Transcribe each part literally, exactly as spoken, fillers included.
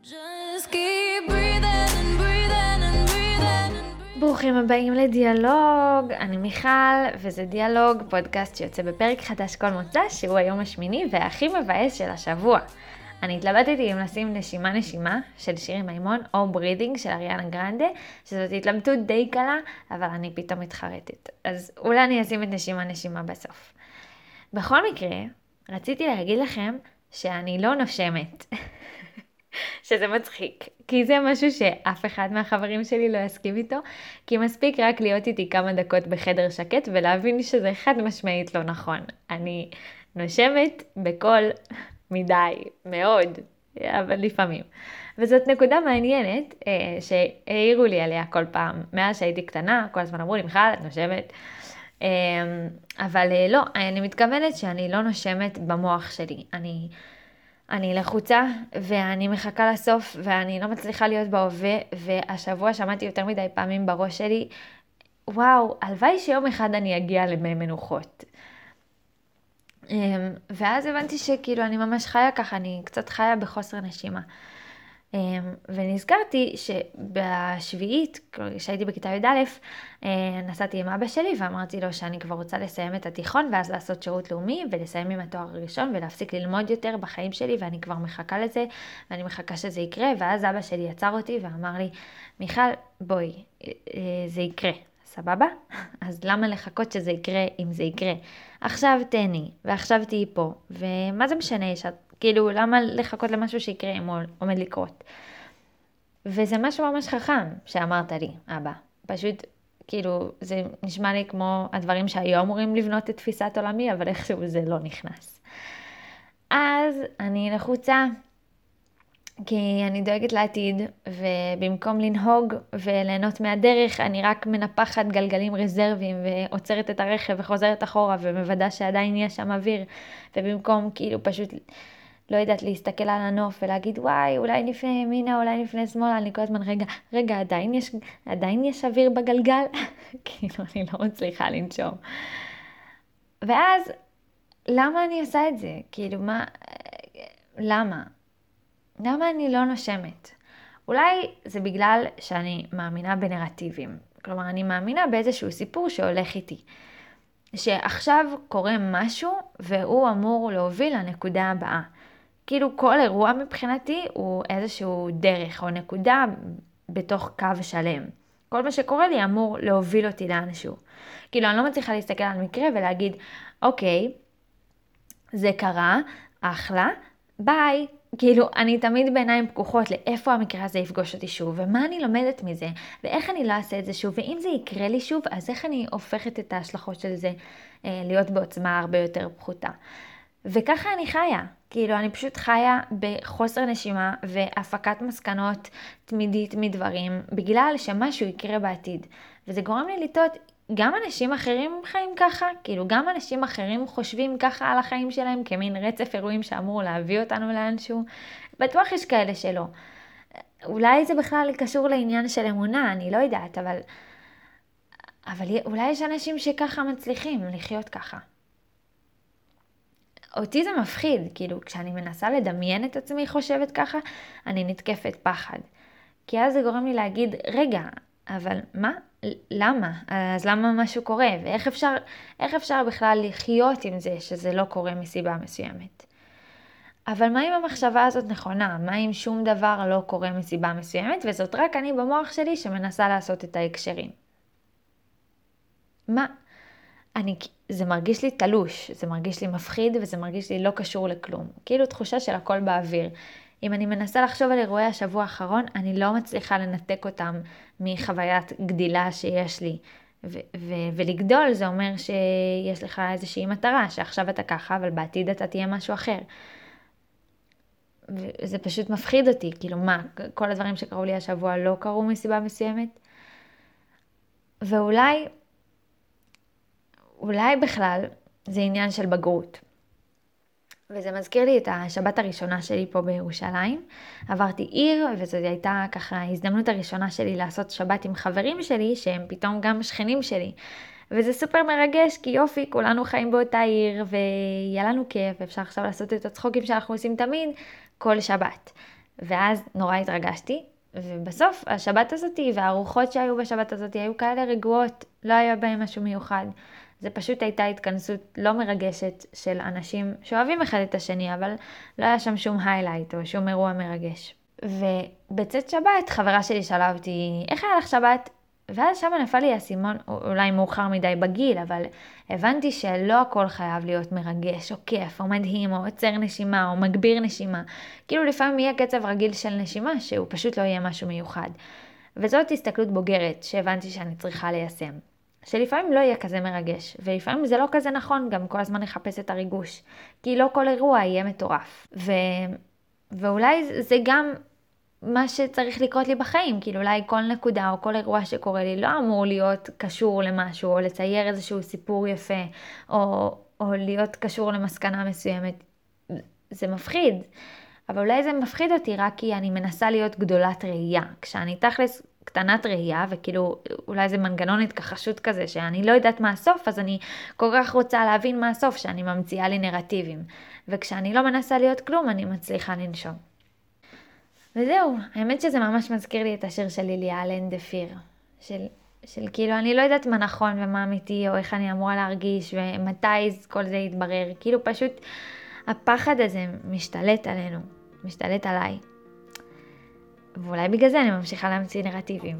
Just keep breathing and breathing and breathing and breathing. ברוכים הבאים לדיאלוג, אני מיכל, וזה דיאלוג, פודקאסט שיוצא בפרק חדש כל מוצא, שהוא היום השמיני והכי מבאס של השבוע. אני התלבטתי אם לשים נשימה נשימה של שירי מימון, או ברידינג של אריאנה גרנדה, שזאת התלבטות די קלה, אבל אני פתאום מתחרטת. אז אולי אני אשים את נשימה נשימה בסוף. בכל מקרה, רציתי להגיד לכם שאני לא נושמת. שזה מצחיק, כי זה משהו שאף אחד מהחברים שלי לא יסכים איתו, כי מספיק רק להיות איתי כמה דקות בחדר שקט ולהבין שזה חד משמעית לא נכון. אני נושמת בכל מדי, מאוד, אבל לפעמים. וזאת נקודה מעניינת שהעירו לי עליה כל פעם, מאז שהייתי קטנה, כל הזמן אמרו לי, מיכל, את נושמת. אבל לא, אני מתכוונת שאני לא נושמת במוח שלי. אני... אני לחוצה ואני מחכה לסוף ואני לא מצליחה להיות בהווה, והשבוע שמעתי יותר מדי פעמים בראש שלי, וואו, הלוואי שיום אחד אני אגיע למי מנוחות. ואז הבנתי שכאילו אני ממש חיה ככה, אני קצת חיה בחוסר נשימה. ונזכרתי שבשביעית, כשהייתי בכיתה י' א', נסעתי עם אבא שלי ואמרתי לו שאני כבר רוצה לסיים את התיכון ואז לעשות שירות לאומי ולסיים עם התואר הראשון ולהפסיק ללמוד יותר בחיים שלי, ואני כבר מחכה לזה ואני מחכה שזה יקרה. ואז אבא שלי יצר אותי ואמר לי, מיכל, בואי, זה יקרה, סבבה? אז למה לחכות שזה יקרה אם זה יקרה? עכשיו תהני ועכשיו תהי פה, ומה זה משנה שאת כאילו, למה לחכות למשהו שיקרה אם הוא עומד לקרות? וזה משהו ממש חכם שאמרת לי, אבא. פשוט, כאילו, זה נשמע לי כמו הדברים שהיו אמורים לבנות את תפיסת עולמי, אבל איכשהו זה לא נכנס. אז אני לחוצה, כי אני דואגת לעתיד, ובמקום לנהוג וליהנות מהדרך, אני רק מנפחת גלגלים רזרביים, ועוצרת את הרכב וחוזרת אחורה, ומוודא שעדיין יש שם אוויר, ובמקום כאילו פשוט... לא יודעת להסתכל על הנוף ולהגיד, וואי, אולי לפני ימינה, אולי לפני שמאלה, אני כל הזמן, רגע, רגע, עדיין יש, עדיין יש אוויר בגלגל? כאילו, אני לא מצליחה לנשום. ואז, למה אני עושה את זה? כאילו, מה, למה? למה אני לא נושמת? אולי זה בגלל שאני מאמינה בנרטיבים. כלומר, אני מאמינה באיזשהו סיפור שהולך איתי. שעכשיו קורה משהו, והוא אמור להוביל לנקודה הבאה. כאילו כל אירוע מבחינתי הוא איזשהו דרך או נקודה בתוך קו שלם. כל מה שקורה לי אמור להוביל אותי לאנשהו. כאילו אני לא מצליחה להסתכל על מקרה ולהגיד, אוקיי, זה קרה, אחלה, ביי. כאילו אני תמיד בעיניים פקוחות לאיפה המקרה הזה יפגוש אותי שוב, ומה אני לומדת מזה, ואיך אני לא אעשה את זה שוב, ואם זה יקרה לי שוב, אז איך אני הופכת את ההשלכות של זה אה, להיות בעוצמה הרבה יותר פחותה. וככה אני חיה, כאילו אני פשוט חיה בחוסר נשימה והפקת מסקנות תמידית מדברים, בגלל שמשהו יקרה בעתיד. וזה גורם לי לטעות, גם אנשים אחרים חיים ככה, כאילו גם אנשים אחרים חושבים ככה על החיים שלהם, כמין רצף אירועים שאמור להביא אותנו לאנשהו. בטוח יש כאלה שלא. אולי זה בכלל קשור לעניין של אמונה, אני לא יודעת, אבל, אבל אולי יש אנשים שככה מצליחים לחיות ככה. אותי זה מפחיד, כאילו כשאני מנסה לדמיין את עצמי חושבת ככה, אני נתקפת פחד. כי אז זה גורם לי להגיד, רגע, אבל מה? למה? אז למה משהו קורה? ואיך אפשר, איך אפשר בכלל לחיות עם זה שזה לא קורה מסיבה מסוימת? אבל מה אם המחשבה הזאת נכונה? מה אם שום דבר לא קורה מסיבה מסוימת? וזאת רק אני במוח שלי שמנסה לעשות את ההקשרים. מה? אני, זה מרגיש לי תלוש, זה מרגיש לי מפחיד וזה מרגיש לי לא קשור לכלום. כאילו תחושה של הכל באוויר. אם אני מנסה לחשוב על אירועי השבוע האחרון, אני לא מצליחה לנתק אותם מחוויית גדילה שיש לי. ו- ו- ולגדול זה אומר שיש לך איזושהי מטרה, שעכשיו אתה ככה, אבל בעתיד אתה תהיה משהו אחר. וזה פשוט מפחיד אותי, כאילו מה, כל הדברים שקרו לי השבוע לא קרו מסיבה מסוימת? ואולי... אולי בכלל זה עניין של בגרות. וזה מזכיר לי את השבת הראשונה שלי פה בירושלים. עברתי עיר, וזו הייתה ככה ההזדמנות הראשונה שלי לעשות שבת עם חברים שלי, שהם פתאום גם שכנים שלי. וזה סופר מרגש, כי יופי, כולנו חיים באותה עיר, ויהיה לנו כיף, אפשר עכשיו לעשות את הצחוקים שאנחנו עושים תמיד, כל שבת. ואז נורא התרגשתי, ובסוף השבת הזאת והארוחות שהיו בשבת הזאת היו כאלה רגועות, לא היה בהם משהו מיוחד. זה פשוט הייתה התכנסות לא מרגשת של אנשים שאוהבים אחד את השני, אבל לא היה שם שום היילייט או שום אירוע מרגש. ובצאת שבת חברה שלי שאלה אותי, איך היה לך שבת? ואז שם נפל לי הסימון, אולי מאוחר מדי בגיל, אבל הבנתי שלא הכל חייב להיות מרגש, או כיף, או מדהים, או עוצר נשימה, או מגביר נשימה. כאילו לפעמים יהיה קצב רגיל של נשימה, שהוא פשוט לא יהיה משהו מיוחד. וזאת הסתכלות בוגרת שהבנתי שאני צריכה ליישם. שלפעמים לא יהיה כזה מרגש, ולפעמים זה לא כזה נכון, גם כל הזמן לחפש את הריגוש. כי לא כל אירוע יהיה מטורף. ו... ואולי זה גם מה שצריך לקרות לי בחיים, כאילו אולי כל נקודה או כל אירוע שקורה לי לא אמור להיות קשור למשהו, או לצייר איזשהו סיפור יפה, או, או להיות קשור למסקנה מסוימת. זה מפחיד, אבל אולי זה מפחיד אותי רק כי אני מנסה להיות גדולת ראייה. כשאני תכלס קטנת ראייה, וכאילו אולי זה מנגנון התכחשות כזה, שאני לא יודעת מה הסוף, אז אני כל כך רוצה להבין מה הסוף, שאני ממציאה לי נרטיבים. וכשאני לא מנסה להיות כלום, אני מצליחה לנשום. וזהו, האמת שזה ממש מזכיר לי את השיר של ליליה אלן דפיר, של, של כאילו אני לא יודעת מה נכון ומה אמיתי, או איך אני אמורה להרגיש, ומתי כל זה יתברר, כאילו פשוט הפחד הזה משתלט עלינו, משתלט עליי. ואולי בגלל זה אני ממשיכה להמציא נרטיבים.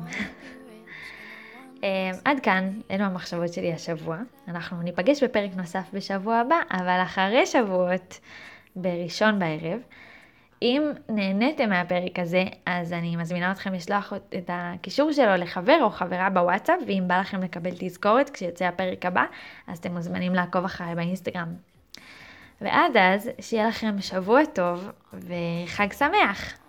עד כאן, אלו המחשבות שלי השבוע. אנחנו ניפגש בפרק נוסף בשבוע הבא, אבל אחרי שבועות, בראשון בערב. אם נהניתם מהפרק הזה, אז אני מזמינה אתכם לשלוח את הקישור שלו לחבר או חברה בוואטסאפ, ואם בא לכם לקבל תזכורת כשיוצא הפרק הבא, אז אתם מוזמנים לעקוב אחריי באינסטגרם. ועד אז, שיהיה לכם שבוע טוב וחג שמח!